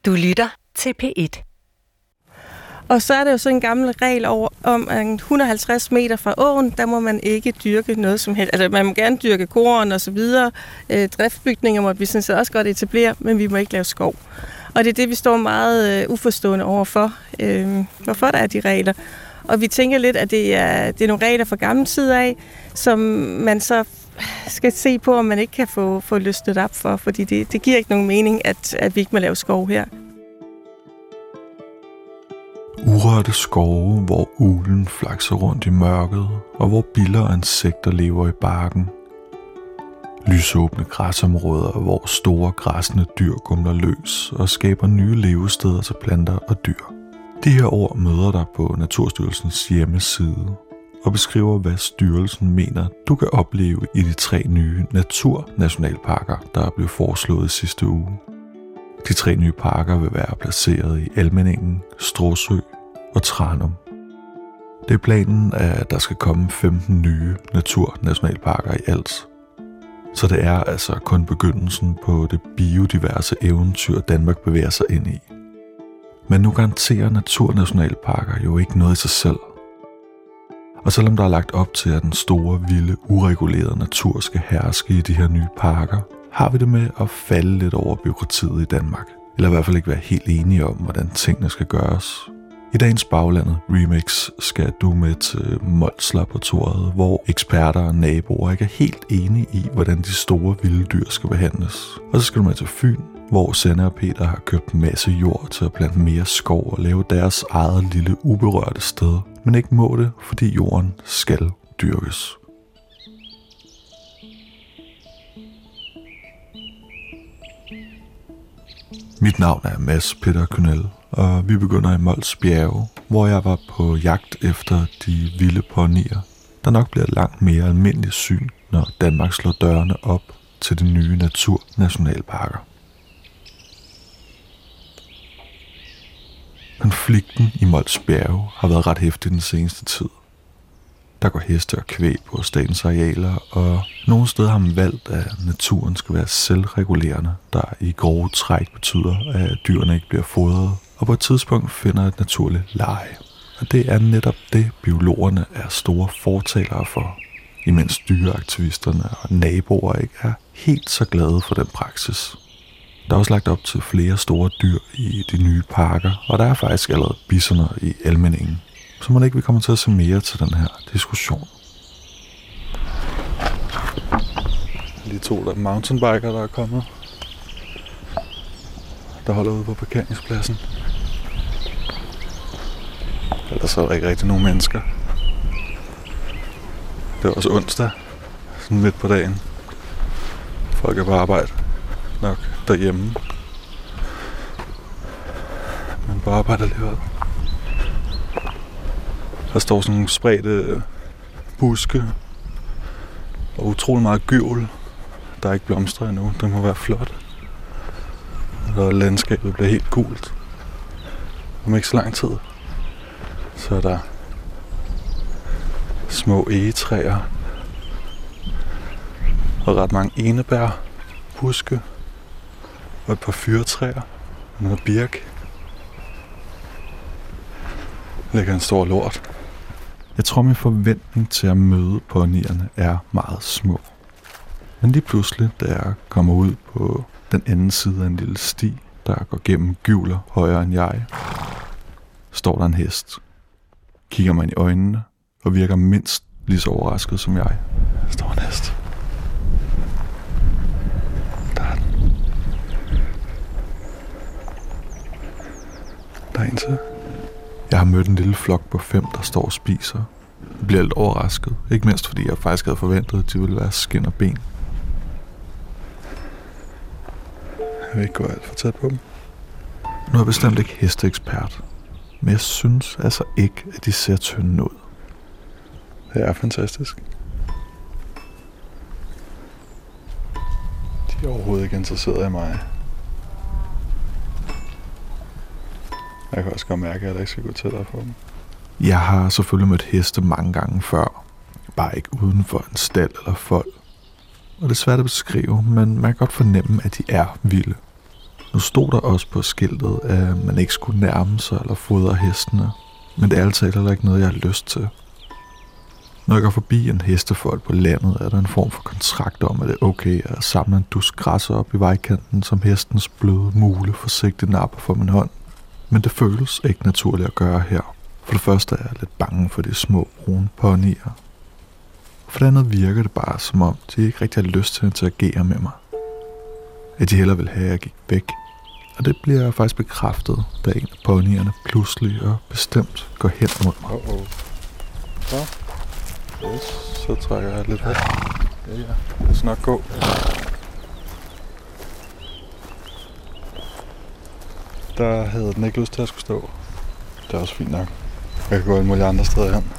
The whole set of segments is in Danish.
Du lytter til P1. Og så er der jo så en gammel regel om, at 150 meter fra åen, der må man ikke dyrke noget som helst. Altså man må gerne dyrke korn og så videre. Driftsbygninger må vi sådan set også godt etablere, men vi må ikke lave skov. Og det er det, vi står meget uforstående overfor. Hvorfor der er de regler. Og vi tænker lidt, at det er nogle regler fra gamle tider af, som man så skal se på, om man ikke kan få løsnet op for. Fordi det giver ikke nogen mening, at vi ikke må lave skov her. Urørte skove, hvor uglen flakser rundt i mørket, og hvor biller og insekter lever i barken. Lysåbne græsområder, hvor store græssende dyr gumler løs og skaber nye levesteder til planter og dyr. De her ord møder dig på Naturstyrelsens hjemmeside og beskriver, hvad styrelsen mener, du kan opleve i de 3 nye naturnationalparker, der er blevet foreslået sidste uge. De 3 nye parker vil være placeret i Almindingen, Stråsø og Tranum. Det er planen, at der skal komme 15 nye naturnationalparker i alt. Så det er altså kun begyndelsen på det biodiverse eventyr, Danmark bevæger sig ind i. Men nu garanterer naturnationalparker jo ikke noget i sig selv. Og selvom der er lagt op til, at den store, vilde, uregulerede natur skal herske i de her nye parker, har vi det med at falde lidt over bureaukratiet i Danmark. Eller i hvert fald ikke være helt enige om, hvordan tingene skal gøres. I dagens Baglandet Remix skal du med til Mols-laboratoriet, hvor eksperter og naboer ikke er helt enige i, hvordan de store vilde dyr skal behandles. Og så skal du med til Fyn, hvor Sanne og Peter har købt en masse jord til at plante mere skov og lave deres eget lille uberørte sted. Men ikke må det, fordi jorden skal dyrkes. Mit navn er Mads Peter Kønnel, og vi begynder i Mols Bjerge, hvor jeg var på jagt efter de vilde ponyer, der nok bliver langt mere almindelig syn, når Danmark slår dørene op til de nye naturnationalparker. Konflikten i Mols Bjerge har været ret heftig den seneste tid. Der går heste og kvæg på statens arealer, og nogle steder har man valgt, at naturen skal være selvregulerende, der i grove træk betyder, at dyrene ikke bliver fodret, og på et tidspunkt finder et naturligt leje. Og det er netop det, biologerne er store fortalere for, imens dyreaktivisterne og naboer ikke er helt så glade for den praksis. Der er også lagt op til flere store dyr i de nye parker, og der er faktisk allerede bisoner i Almindingen. Så må det ikke, vi kommer til at se mere til den her diskussion. De 2 der mountainbiker, der er kommet, der holder ude på parkeringspladsen. Ellers er der ikke rigtig nogen mennesker. Det er også onsdag, sådan midt på dagen. Folk er på arbejde nok derhjemme. Men på arbejde alligevel. Der står sådan nogle spredte buske og utrolig meget gyvel, der er ikke blomstret endnu. Det må være flot. Og landskabet bliver helt gult. Om ikke så lang tid, så er der små egetræer og ret mange enebær, buske og et par fyrretræer og noget birk. Der ligger en stor lort. Jeg tror, min forventning til at møde ponyerne er meget små. Men lige pludselig, da jeg kommer ud på den anden side af en lille sti, der går gennem gyvler højere end jeg, står der en hest, kigger mig i øjnene og virker mindst lige så overrasket som jeg. Der står en hest. Der er den. Der er en til. Jeg har mødt en lille flok på 5, der står og spiser. Jeg bliver lidt overrasket. Ikke mindst fordi jeg faktisk havde forventet, at de ville være skin og ben. Jeg vil ikke gå alt for tæt på dem. Nu er jeg bestemt ikke hesteekspert. Men jeg synes altså ikke, at de ser tynde ud. Det er fantastisk. De er overhovedet ikke interesserede i mig. Jeg kan også godt mærke, at jeg ikke skal gå tættere på dem. Jeg har selvfølgelig mødt heste mange gange før. Bare ikke uden for en stald eller fold. Og det er svært at beskrive, men man kan godt fornemme, at de er vilde. Nu stod der også på skiltet, at man ikke skulle nærme sig eller fodre hestene, men det er altså heller ikke noget, jeg har lyst til. Når jeg går forbi en hestefolk på landet, er der en form for kontrakt om, at det er okay at samle en dus græsser op i vejkanten, som hestens bløde mule forsigtigt napper for min hånd. Men det føles ikke naturligt at gøre her. For det første er jeg lidt bange for de små brune ponyer. For det andet virker det bare, som om de ikke rigtig har lyst til at interagere med mig. At de hellere vil have, at jeg gik væk. Og det bliver faktisk bekræftet, da en af ponyerne pludselig og bestemt går hen mod mig. Så. Yes, så trækker jeg lidt væk. Ja. Det skal nok gå. Der havde den ikke lyst til at skulle stå. Det er også fint nok. Jeg kan gå alle mulige andre steder hen.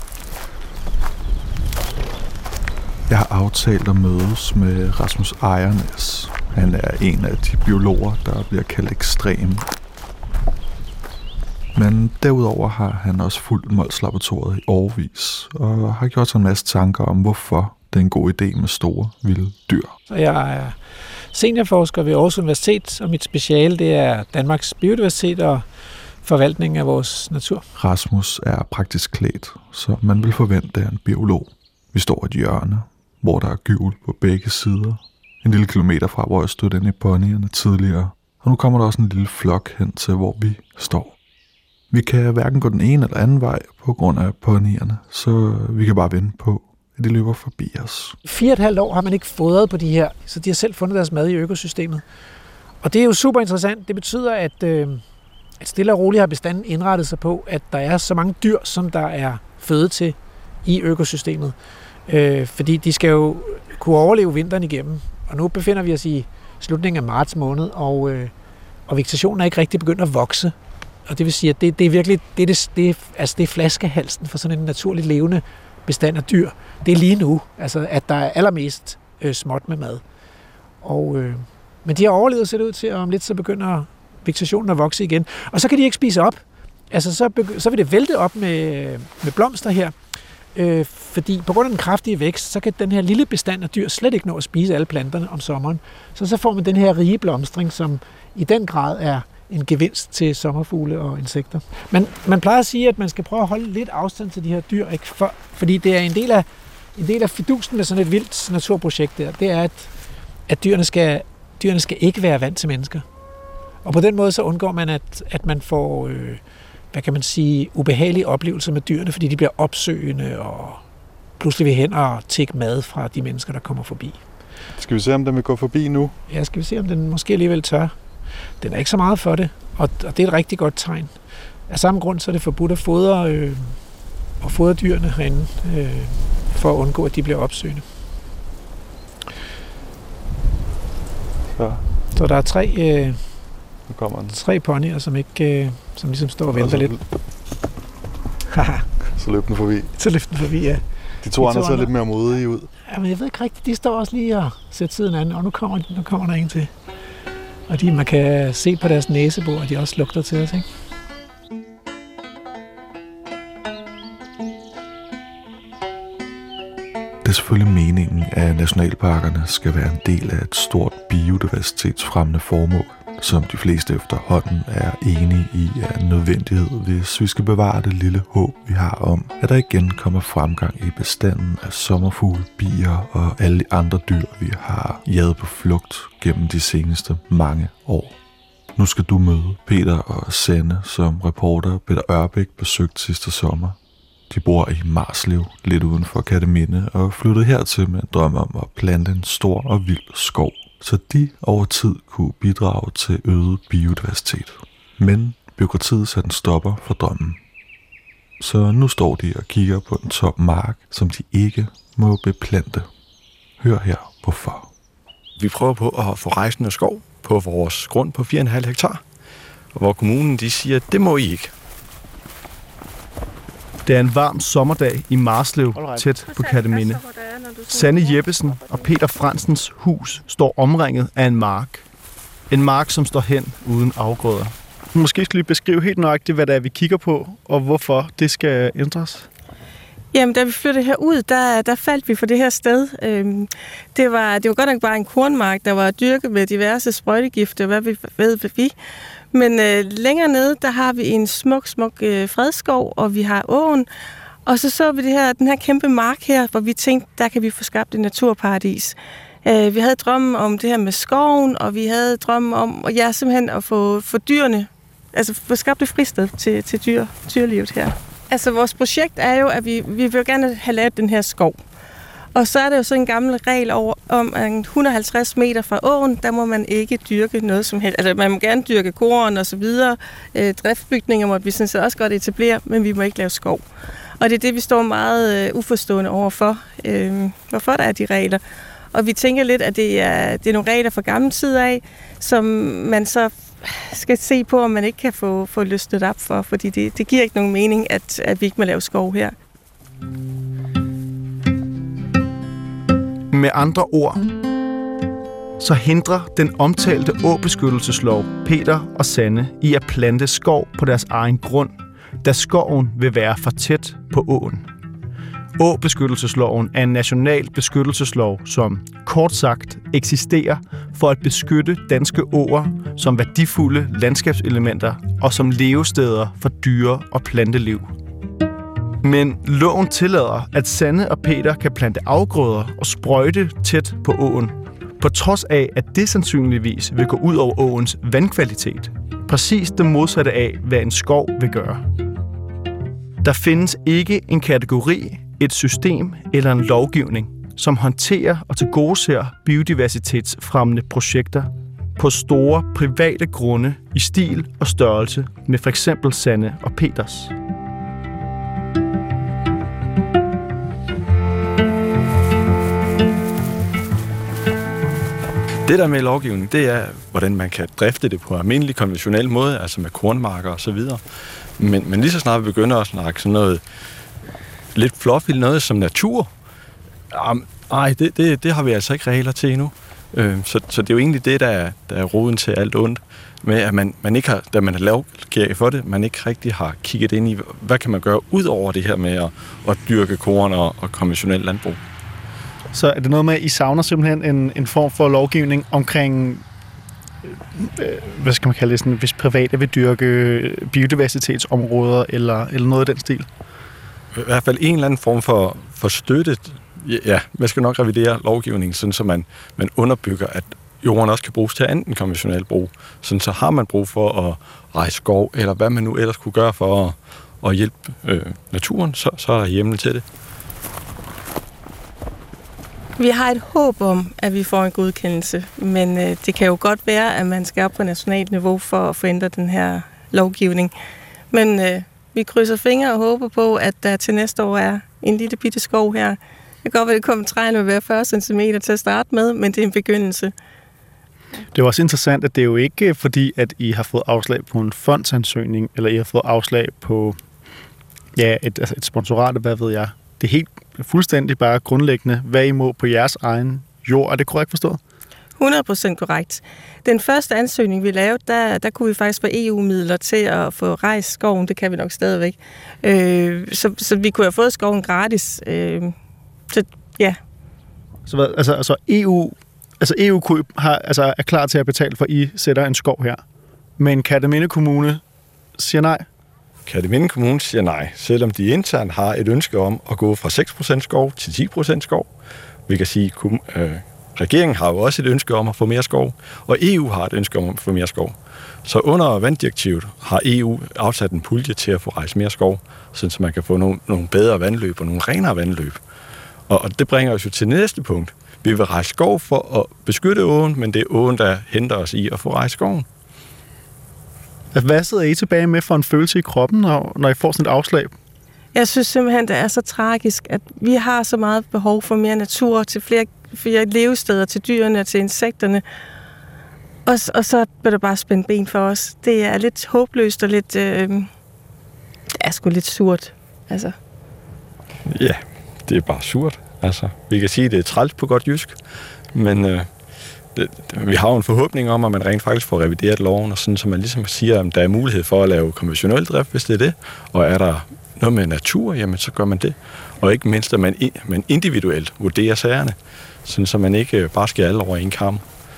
Jeg har aftalt at mødes med Rasmus Ejernes. Han er en af de biologer, der bliver kaldt ekstrem. Men derudover har han også fulgt Mols-laboratoriet i årevis, og har gjort sig en masse tanker om, hvorfor det er en god idé med store, vilde dyr. Så jeg er seniorforsker ved Aarhus Universitet, og mit speciale det er Danmarks biodiversitet og forvaltning af vores natur. Rasmus er praktisk klædt, så man vil forvente af en biolog. Vi står i et hjørne, hvor der er gyvel på begge sider. En lille kilometer fra, hvor jeg stod inde i ponyerne tidligere. Og nu kommer der også en lille flok hen til, hvor vi står. Vi kan hverken gå den ene eller anden vej på grund af ponyerne, så vi kan bare vente på, at de løber forbi os. 4,5 år har man ikke fodret på de her, så de har selv fundet deres mad i økosystemet. Og det er jo super interessant. Det betyder, at stille og roligt har bestanden indrettet sig på, at der er så mange dyr, som der er føde til i økosystemet. Fordi de skal jo kunne overleve vinteren igennem. Og nu befinder vi os i slutningen af marts måned, og vegetationen er ikke rigtig begyndt at vokse. Og det vil sige, at det er virkelig det er flaskehalsen for sådan en naturligt levende bestand af dyr. Det er lige nu, altså, at der er allermest småt med mad. Men de har overlevet, ser det ud til, og om lidt så begynder vegetationen at vokse igen. Og så kan de ikke spise op. Altså, så vil det vælte op med blomster her. Fordi på grund af den kraftige vækst, så kan den her lille bestand af dyr slet ikke nå at spise alle planterne om sommeren. Så får man den her rige blomstring, som i den grad er en gevinst til sommerfugle og insekter. Men man plejer at sige, at man skal prøve at holde lidt afstand til de her dyr, ikke? Fordi det er en del af fidusen med sådan et vildt naturprojekt der. Det er, at dyrene skal ikke være vant til mennesker. Og på den måde så undgår man, at man får ubehagelige oplevelser med dyrene, fordi de bliver opsøgende og pludselig vil hen og tække mad fra de mennesker, der kommer forbi. Skal vi se, om den vil gå forbi nu? Ja, skal vi se, om den måske alligevel tør. Den er ikke så meget for det, og det er et rigtig godt tegn. Af samme grund så er det forbudt at fodre dyrene herinde, for at undgå, at de bliver opsøgende. Så der er tre ponyer, som ligesom står og venter lidt. Så løb den forbi. Ja. De to andre ser lidt mere modige ud. Ja, men jeg ved ikke rigtigt. De står også lige og ser tiden an, og nu kommer der en til. Og man kan se på deres næsebor, at de også lugter til os, ikke? Det er selvfølgelig meningen, at nationalparkerne skal være en del af et stort biodiversitetsfremmende formål, som de fleste efterhånden er enige i er en nødvendighed, hvis vi skal bevare det lille håb, vi har om, at der igen kommer fremgang i bestanden af sommerfugle, bier og alle de andre dyr, vi har jaget på flugt gennem de seneste mange år. Nu skal du møde Peter og Sanne, som reporter Peter Ørbæk besøgte sidste sommer. De bor i Marslev, lidt uden for Kerteminde, og flyttede hertil med en drøm om at plante en stor og vild skov, så de over tid kunne bidrage til øget biodiversitet. Men bureaukratiet satte en stopper for drømmen. Så nu står de og kigger på en tom mark, som de ikke må beplante. Hør her hvorfor. Vi prøver på at få rejsende skov på vores grund på 4,5 hektar, hvor kommunen de siger, at det må I ikke. Det er en varm sommerdag i Marslev, tæt på Kerteminde. Sanne Jeppesen og Peter Fransens hus står omringet af en mark. En mark, som står hen uden afgrøder. Måske skal vi beskrive helt nøjagtigt, hvad det er, vi kigger på, og hvorfor det skal ændres. Jamen, da vi flyttede herud, der faldt vi for det her sted. Det var godt nok bare en kornmark, der var dyrket med diverse sprøjtegifte, hvad vi ved. Men længere nede, der har vi en smuk fredskov, og vi har åen. Og så vi den her kæmpe mark her, hvor vi tænkte, der kan vi få skabt et naturparadis. Vi havde drømmen om det her med skoven, og vi havde drømmen om simpelthen at få dyrene, altså få skabt et fristed til dyrelivet her. Altså vores projekt er jo, at vi vil jo gerne have lavet den her skov. Og så er det jo sådan en gammel regel om, at 150 meter fra åen, der må man ikke dyrke noget som helst. Altså man må gerne dyrke korn og så videre. Driftbygninger må vi sådan set også godt etablere, men vi må ikke lave skov. Og det er det, vi står meget uforstående overfor, hvorfor der er de regler. Og vi tænker lidt, at det er nogle regler fra gamle tid af, som man så skal se på, om man ikke kan få løsnet op for, fordi det giver ikke nogen mening, at vi ikke må lave skov her. Med andre ord, så hindrer den omtalte åbeskyttelseslov Peter og Sanne i at plante skov på deres egen grund, da skoven vil være for tæt på åen. Åbeskyttelsesloven er en national beskyttelseslov, som kort sagt eksisterer for at beskytte danske åer som værdifulde landskabselementer og som levesteder for dyre- og planteliv. Men loven tillader, at Sanne og Peter kan plante afgrøder og sprøjte tæt på åen, på trods af, at det sandsynligvis vil gå ud over åens vandkvalitet. Præcis det modsatte af, hvad en skov vil gøre. Der findes ikke en kategori, et system eller en lovgivning, som håndterer og tilgodeser biodiversitetsfremmende projekter på store private grunde i stil og størrelse med f.eks. Sanne og Peters. Det der med lovgivning, det er, hvordan man kan drifte det på almindelig konventionel måde, altså med kornmarker og så videre. Men lige så snart vi begynder at snakke sådan noget lidt fluffy, noget som natur, det har vi altså ikke regler til endnu. Så det er jo egentlig det, der er roden til alt ondt, med at man ikke har, da man har lavet for det, man ikke rigtig har kigget ind i, hvad kan man gøre ud over det her med at dyrke korn og konventionel landbrug. Så er det noget med, at I savner simpelthen en form for lovgivning omkring, hvad skal man kalde det, sådan, hvis private vil dyrke biodiversitetsområder eller noget af den stil? I hvert fald en eller anden form for støtte. Ja, man skal nok revidere lovgivningen, sådan så man underbygger, at jorden også kan bruges til anden konventionel brug. Sådan så har man brug for at rejse skov, eller hvad man nu ellers kunne gøre for at hjælpe naturen, så er der hjemmel til det. Vi har et håb om, at vi får en godkendelse, men det kan jo godt være, at man skal op på nationalt niveau for at forændre den her lovgivning. Men vi krydser fingre og håber på, at der til næste år er en lille bitte skov her. Det kan godt være, at det kommer træerne med hver 40 cm til at starte med, men det er en begyndelse. Det er også interessant, at det er jo ikke fordi, at I har fået afslag på en fondsansøgning, eller I har fået afslag på et sponsorat, hvad ved jeg. Det er helt fuldstændig bare grundlæggende, hvad I må på jeres egen jord. Er det korrekt forstået? 100% korrekt. Den første ansøgning, vi lavede, der kunne vi faktisk få EU-midler til at få rejst skoven. Det kan vi nok stadigvæk. Så vi kunne have fået skoven gratis. Så hvad, altså EU er klar til at betale for, at I sætter en skov her. Men Kerteminde Kommune siger nej? Kerteminde Kommune siger nej, selvom de internt har et ønske om at gå fra 6% skov til 10% skov. Vi kan sige, at regeringen har jo også et ønske om at få mere skov, og EU har et ønske om at få mere skov. Så under vanddirektivet har EU afsat en pulje til at få rejst mere skov, så man kan få nogle bedre vandløb og nogle renere vandløb. Og det bringer os jo til næste punkt. Vi vil rejse skov for at beskytte åen, men det er åen, der henter os i at få rejst skoven. Hvad sidder I tilbage med for en følelse i kroppen, når I får sådan et afslag? Jeg synes simpelthen, det er så tragisk, at vi har så meget behov for mere natur, til flere levesteder, til dyrene og til insekterne. Og så bliver der bare spændt ben for os. Det er lidt håbløst og lidt... det er sgu lidt surt, altså. Ja, det er bare surt. Altså, vi kan sige, at det er træls på godt jysk, men vi har jo en forhåbning om, at man rent faktisk får revideret loven, og sådan, så man ligesom siger, at der er mulighed for at lave konventionel drift, hvis det er det, og er der noget med natur, jamen så gør man det. Og ikke mindst, at man individuelt vurderer sagerne, sådan så man ikke bare skal alle over en kam.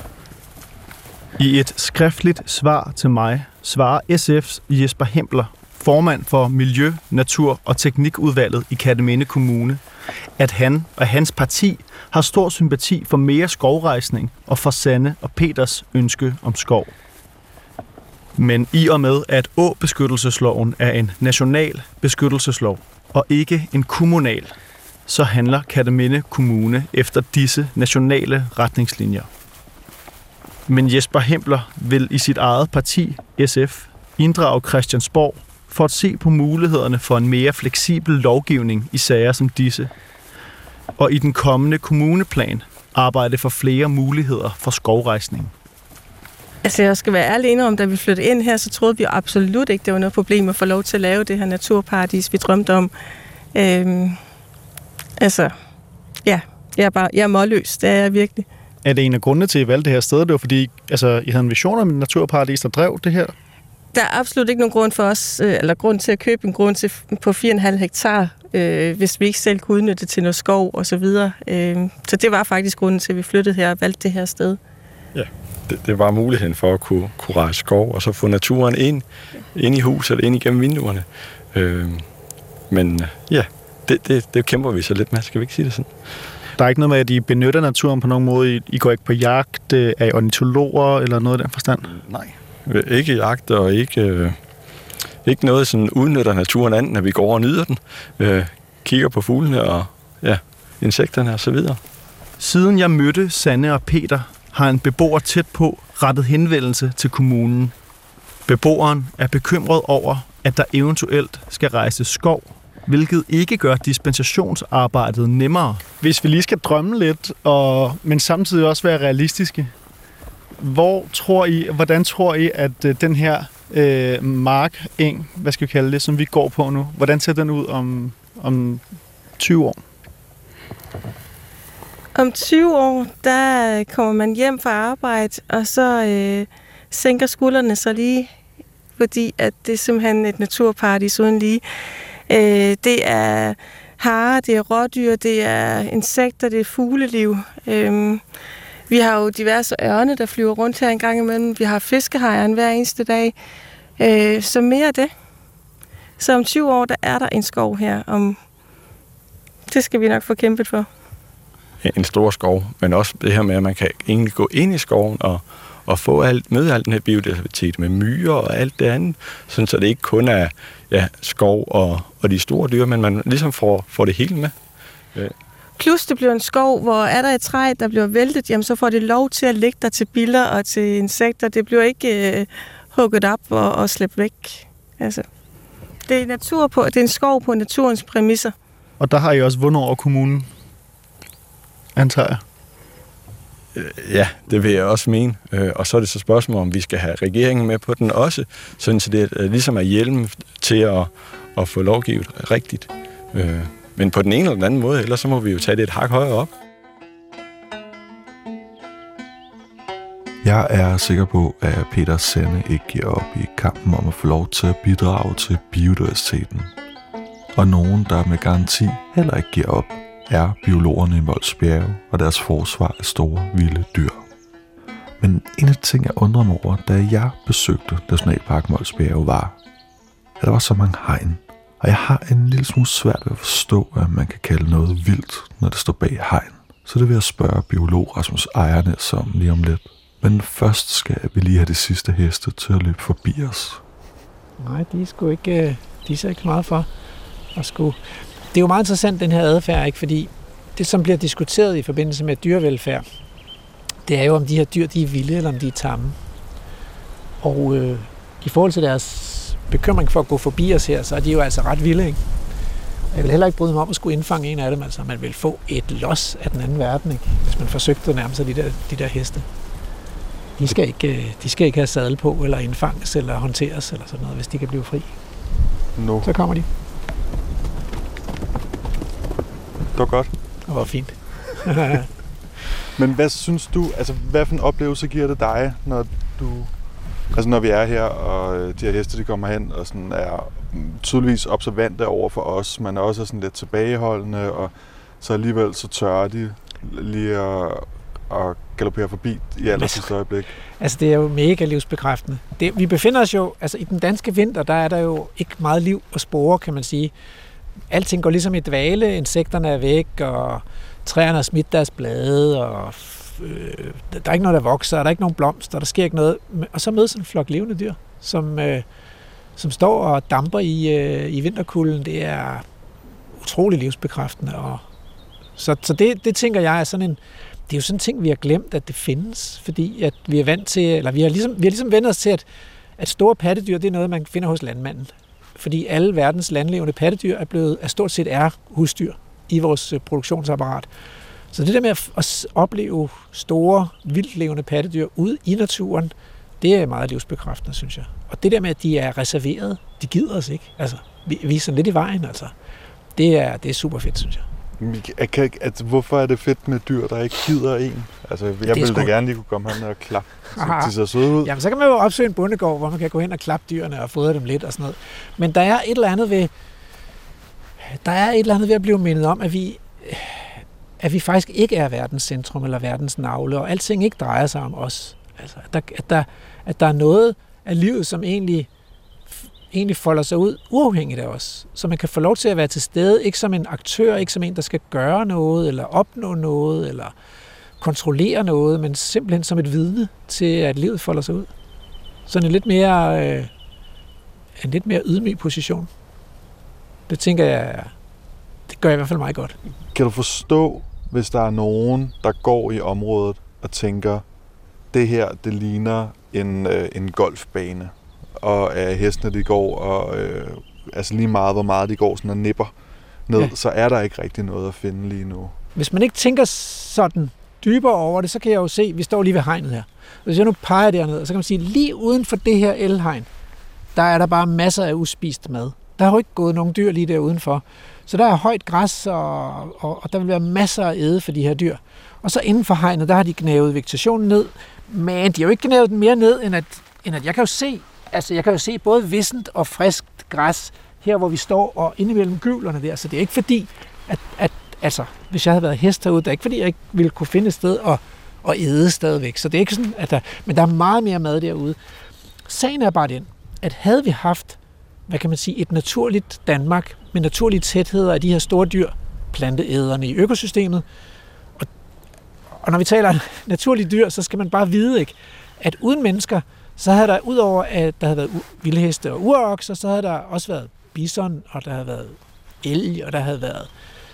I et skriftligt svar til mig svarer SF's Jesper Hempler, formand for Miljø-, Natur- og Teknikudvalget i Kerteminde Kommune, at han og hans parti har stor sympati for mere skovrejsning og for Sanne og Peters ønske om skov. Men i og med, at åbeskyttelsesloven er en national beskyttelseslov og ikke en kommunal, så handler Kerteminde Kommune efter disse nationale retningslinjer. Men Jesper Hempler vil i sit eget parti, SF, inddrage Christiansborg for at se på mulighederne for en mere fleksibel lovgivning i sager som disse, og i den kommende kommuneplan arbejde for flere muligheder for skovrejsning. Altså, jeg skal være ærlig indrømme, da vi flyttede ind her, så troede vi absolut ikke, det var noget problem at få lov til at lave det her naturparadis, vi drømte om. Jeg er målløs, det er jeg virkelig. Er det en af grundene til, at I valgte det her sted? Det var fordi, I havde en vision om et naturparadis, der drev det her? Der er absolut ikke nogen grund for os, eller grund til at købe en grund til på 4,5 hektar, hvis vi ikke selv kunne udnytte det til noget skov og så videre. Så det var faktisk grunden til, at vi flyttede her og valgte det her sted. Ja, det var muligheden for at kunne rejse skov, og så få naturen ind i huset, ind igennem vinduerne. Det kæmper vi så lidt med, skal vi ikke sige det sådan? Der er ikke noget med, at I benytter naturen på nogen måde? I går ikke på jagt? Er I ornitologer eller noget af den forstand? Nej, ikke jagt og ikke noget, som udnytter naturen andet, når vi går og nyder den. Kigger på fuglene og insekterne og så videre. Siden jeg mødte Sanne og Peter, har en beboer tæt på rettet henvendelse til kommunen. Beboeren er bekymret over, at der eventuelt skal rejse skov, hvilket ikke gør dispensationsarbejdet nemmere. Hvis vi lige skal drømme lidt, men samtidig også være realistiske, hvordan tror I, at den her markeng, hvad skal vi kalde det, som vi går på nu, hvordan ser den ud om 20 år? Om 20 år, der kommer man hjem fra arbejde, og så sænker skuldrene sig lige, fordi at det er simpelthen et naturparadis uden lige. Det er harer, det er rådyr, det er insekter, det er fugleliv. Vi har jo diverse ørne, der flyver rundt her en gang imellem. Vi har fiskehejren hver eneste dag. Så mere af det. Så om 20 år, der er der en skov her. Det skal vi nok få kæmpet for. En stor skov, men også det her med, at man kan egentlig gå ind i skoven og møde alt den her biodiversitet med myrer og alt det andet, sådan så det ikke kun er skov og de store dyr, men man ligesom får det hele med. Plus det bliver en skov, hvor er der et træ, der bliver væltet, jamen så får det lov til at ligge der til biller og til insekter. Det bliver ikke hugget op og slæbt væk. Altså, det er en skov på naturens præmisser. Og der har I også vundet over kommunen, antager jeg. Ja, det vil jeg også mene. Og så er det så spørgsmål, om vi skal have regeringen med på den også, sådan så det ligesom er hjelm til at få lovgivet rigtigt. Men på den ene eller den anden måde, ellers så må vi jo tage det et hak højere op. Jeg er sikker på, at Peter og Sanne ikke giver op i kampen om at få lov til at bidrage til biodiversiteten. Og nogen, der med garanti heller ikke giver op, er biologerne i Mols Bjerge og deres forsvar af store, vilde dyr. Men en af de ting, jeg undrede mig over, da jeg besøgte Nationalpark Mols Bjerge, var, at der var så mange hegn. Og jeg har en lille smule svært ved at forstå, at man kan kalde noget vildt, når det står bag hegn. Så det vil jeg spørge biolog Rasmus Ejernes om lige om lidt. Men først skal vi lige have de sidste heste til at løbe forbi os. Nej, de ser ikke så meget for at skulle. Det er jo meget interessant, den her adfærd, ikke? Fordi det, som bliver diskuteret i forbindelse med dyrevelfærd, det er jo, om de her dyr, de er vilde, eller om de er tamme. Og i forhold til deres bekymring for at gå forbi os her, så er de jo altså ret vilde, ikke? Jeg vil heller ikke bryde mig om at skulle indfange en af dem, altså man vil få et los af den anden verden, ikke? Hvis man forsøgte at nærme sig de der heste. De skal ikke have sadel på, eller indfanges, eller håndteres, eller sådan noget, hvis de kan blive fri. No. Så kommer de. Det var godt. Det var fint. Men hvad synes du, altså hvad for en oplevelse giver det dig, når du Altså når vi er her, og de her heste, de kommer hen og sådan er tydeligvis observante over for os, men også er sådan lidt tilbageholdende, og så alligevel så tør de lige at galoppere forbi i allersidste øjeblik. Altså det er jo mega livsbekræftende. Vi befinder os jo, altså i den danske vinter, der er der jo ikke meget liv og spore, kan man sige. Alting går ligesom i dvale, insekterne er væk, og træerne har smidt deres blade, og der er ikke noget, der vokser, der er ikke nogen blomster, der sker ikke noget. Og så mødes en flok levende dyr, som står og damper i vinterkulden. Det er utrolig livsbekræftende. Så det tænker jeg er sådan en... Det er jo sådan en ting, vi har glemt, at det findes, fordi at vi er vant til, eller vi har ligesom vendt os til, at store pattedyr, det er noget, man finder hos landmanden. Fordi alle verdens landlevende pattedyr er stort set husdyr i vores produktionsapparat. Så det der med at opleve store, vildtlevende pattedyr ude i naturen, det er meget livsbekræftende, synes jeg. Og det der med, at de er reserveret, de gider os ikke. Altså, vi er sådan lidt i vejen, altså. Det er super fedt, synes jeg. Hvorfor er det fedt med dyr, der ikke gider en? Altså, jeg ville da gerne lige kunne komme hen og klappe. De ser søde ud. Jamen, så kan man jo opsøge en bondegård, hvor man kan gå hen og klappe dyrene og fodre dem lidt og sådan noget. Men der er et eller andet ved at blive mindet om, at vi faktisk ikke er verdens centrum eller verdens navle, og alting ikke drejer sig om os. Altså, at der er noget af livet, som egentlig folder sig ud uafhængigt af os. Så man kan få lov til at være til stede, ikke som en aktør, ikke som en, der skal gøre noget, eller opnå noget, eller kontrollere noget, men simpelthen som et vidne til, at livet folder sig ud. Sådan en lidt mere ydmyg position. Det tænker jeg, det gør i hvert fald meget godt. Kan du forstå, hvis der er nogen, der går i området og tænker, det her, det ligner en golfbane, og hestene, de går, og altså lige meget, hvor meget de går sådan og nipper ned, så er der ikke rigtig noget at finde lige nu. Hvis man ikke tænker sådan dybere over det, så kan jeg jo se, vi står lige ved hegnet her. Hvis jeg nu peger derned, så kan man sige, lige uden for det her elhegn, der er der bare masser af uspist mad. Der har jo ikke gået nogen dyr lige der udenfor. Så der er højt græs, og der vil være masser af æde for de her dyr. Og så inden for hegnet, der har de gnævet vegetationen ned, men de har jo ikke gnævet den mere ned, end at jeg kan jo se både vissent og friskt græs her, hvor vi står, og indimellem gyvlerne der. Så det er ikke fordi, at hvis jeg havde været hest herude, det er ikke fordi, jeg ikke ville kunne finde et sted og æde stadigvæk. Så det er ikke sådan, men der er meget mere mad derude. Sagen er bare den, at havde vi haft, hvad kan man sige, et naturligt Danmark med naturlige tætheder af de her store dyr, planteæderne i økosystemet, og når vi taler naturlige dyr, så skal man bare vide, ikke, at uden mennesker, så havde der, udover at der havde været vildheste og urokser, så havde der også været bison, og der havde været elg, og der havde været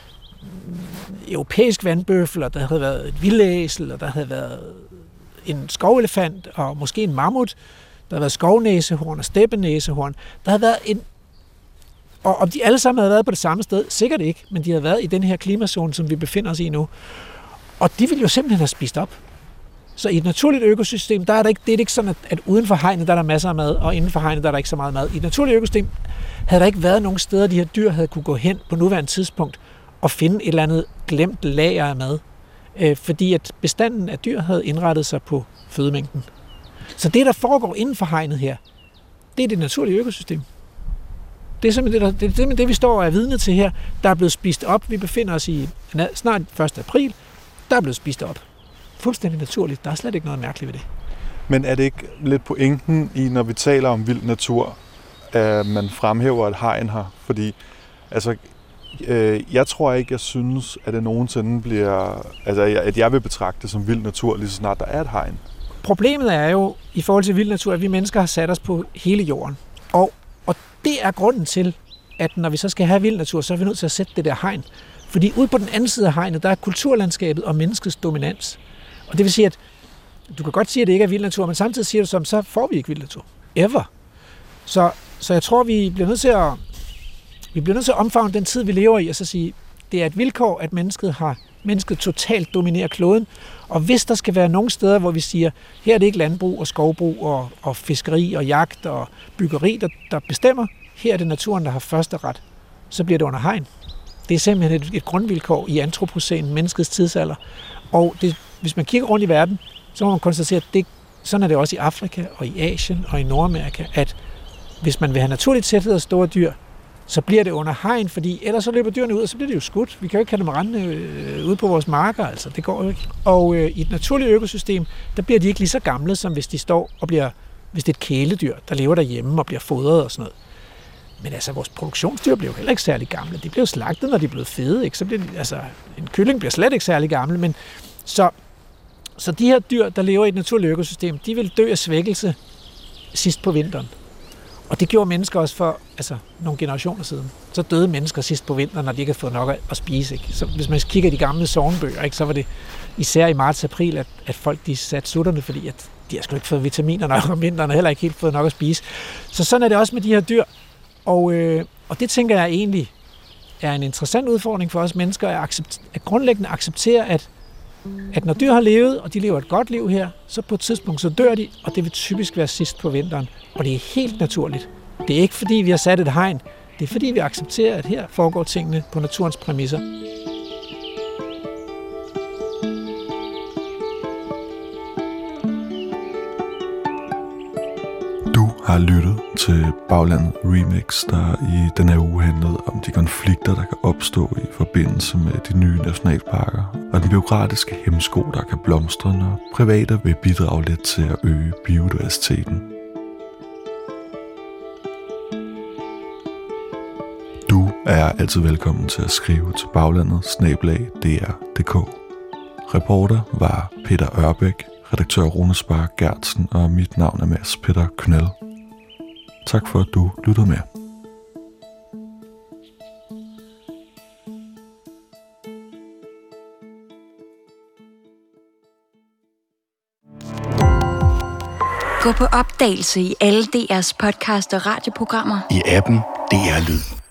europæisk vandbøffel, og der havde været et vildæsel, og der havde været en skovelefant, og måske en mammut. Der havde været skovnæsehorn og steppenæsehorn. Der havde været og om de alle sammen havde været på det samme sted, sikkert ikke, men de havde været i den her klimazone, som vi befinder os i nu. Og de ville jo simpelthen have spist op. Så i et naturligt økosystem, det er ikke sådan, at uden for hegnet, der er der masser af mad, og inden for hegnet, der er der ikke så meget mad. I et naturligt økosystem havde der ikke været nogen steder, de her dyr havde kunne gå hen på nuværende tidspunkt og finde et eller andet glemt lager af mad. Fordi at bestanden af dyr havde indrettet sig på fødemængden. Så det, der foregår inden for hegnet her, det er det naturlige økosystem. Det er simpelthen det, vi står og er vidne til her. Der er blevet spist op. Vi befinder os i snart 1. april. Der er blevet spist op. Fuldstændig naturligt. Der er slet ikke noget mærkeligt ved det. Men er det ikke lidt pointen i, når vi taler om vild natur, at man fremhæver et hegn her? Fordi altså, jeg tror ikke, jeg synes, at det nogensinde bliver... Altså, at jeg vil betragte det som vild natur, lige så snart der er et hegn. Problemet er jo, i forhold til vild natur, at vi mennesker har sat os på hele jorden. Og det er grunden til, at når vi så skal have vild natur, så er vi nødt til at sætte det der hegn. Fordi ude på den anden side af hegnet, der er kulturlandskabet og menneskets dominans. Og det vil sige, at du kan godt sige, at det ikke er vild natur, men samtidig siger du som, så får vi ikke vild natur. Ever. Så jeg tror, vi bliver nødt til at omfavne den tid, vi lever i, og så sige, det er et vilkår, at mennesket totalt dominerer kloden. Og hvis der skal være nogle steder, hvor vi siger, her er det ikke landbrug og skovbrug og fiskeri og jagt og byggeri, der bestemmer, her er det naturen, der har første ret, så bliver det under hegn. Det er simpelthen et grundvilkår i antropocæn, menneskets tidsalder. Og hvis man kigger rundt i verden, så må man konstatere, at sådan er det også i Afrika og i Asien og i Nordamerika, at hvis man vil have naturligt tæthed af store dyr, så bliver det under hegn, fordi ellers så løber dyrene ud, og så bliver det jo skudt. Vi kan jo ikke have dem rendende ude på vores marker, altså. Det går jo ikke. Og i et naturligt økosystem, der bliver de ikke lige så gamle, som hvis de står og bliver, hvis det er et kæledyr, der lever derhjemme og bliver fodret og sådan noget. Men altså, vores produktionsdyr bliver jo heller ikke særlig gamle. De bliver jo slagtet, når de er blevet fede, ikke? Så bliver de, altså, en kylling bliver slet ikke særlig gammel, men så de her dyr, der lever i et naturligt økosystem, de vil dø af svækkelse sidst på vinteren. Og det gjorde mennesker også for nogle generationer siden. Så døde mennesker sidst på vinteren, når de ikke havde fået nok at spise. Ikke? Så hvis man kigger i de gamle sognebøger, ikke, så var det især i marts-april, at folk de satte sutterne, fordi at de har sgu ikke fået vitaminer nok om vinteren, og heller ikke helt fået nok at spise. Så sådan er det også med de her dyr. Og det tænker jeg egentlig er en interessant udfordring for os mennesker, at grundlæggende acceptere, at når dyr har levet, og de lever et godt liv her, så på et tidspunkt så dør de, og det vil typisk være sidst på vinteren. Og det er helt naturligt. Det er ikke fordi, vi har sat et hegn. Det er fordi, vi accepterer, at her foregår tingene på naturens præmisser. Du har lyttet til Baglandet Remix, der i den her uge handlede om de konflikter, der kan opstå i forbindelse med de nye nationalparker, og den bureaukratiske hemsko, der kan blomstre, når private vil bidrage lidt til at øge biodiversiteten. Du er altid velkommen til at skrive til baglandet@dr.dk. Reporter var Peter Ørbæk, redaktør Rune Spark Gertsen, og mit navn er Mads Peter Knell. Tak for, at du lyttede med. Gå på opdagelse i alle DR's podcast og radioprogrammer. I appen DR Lyd.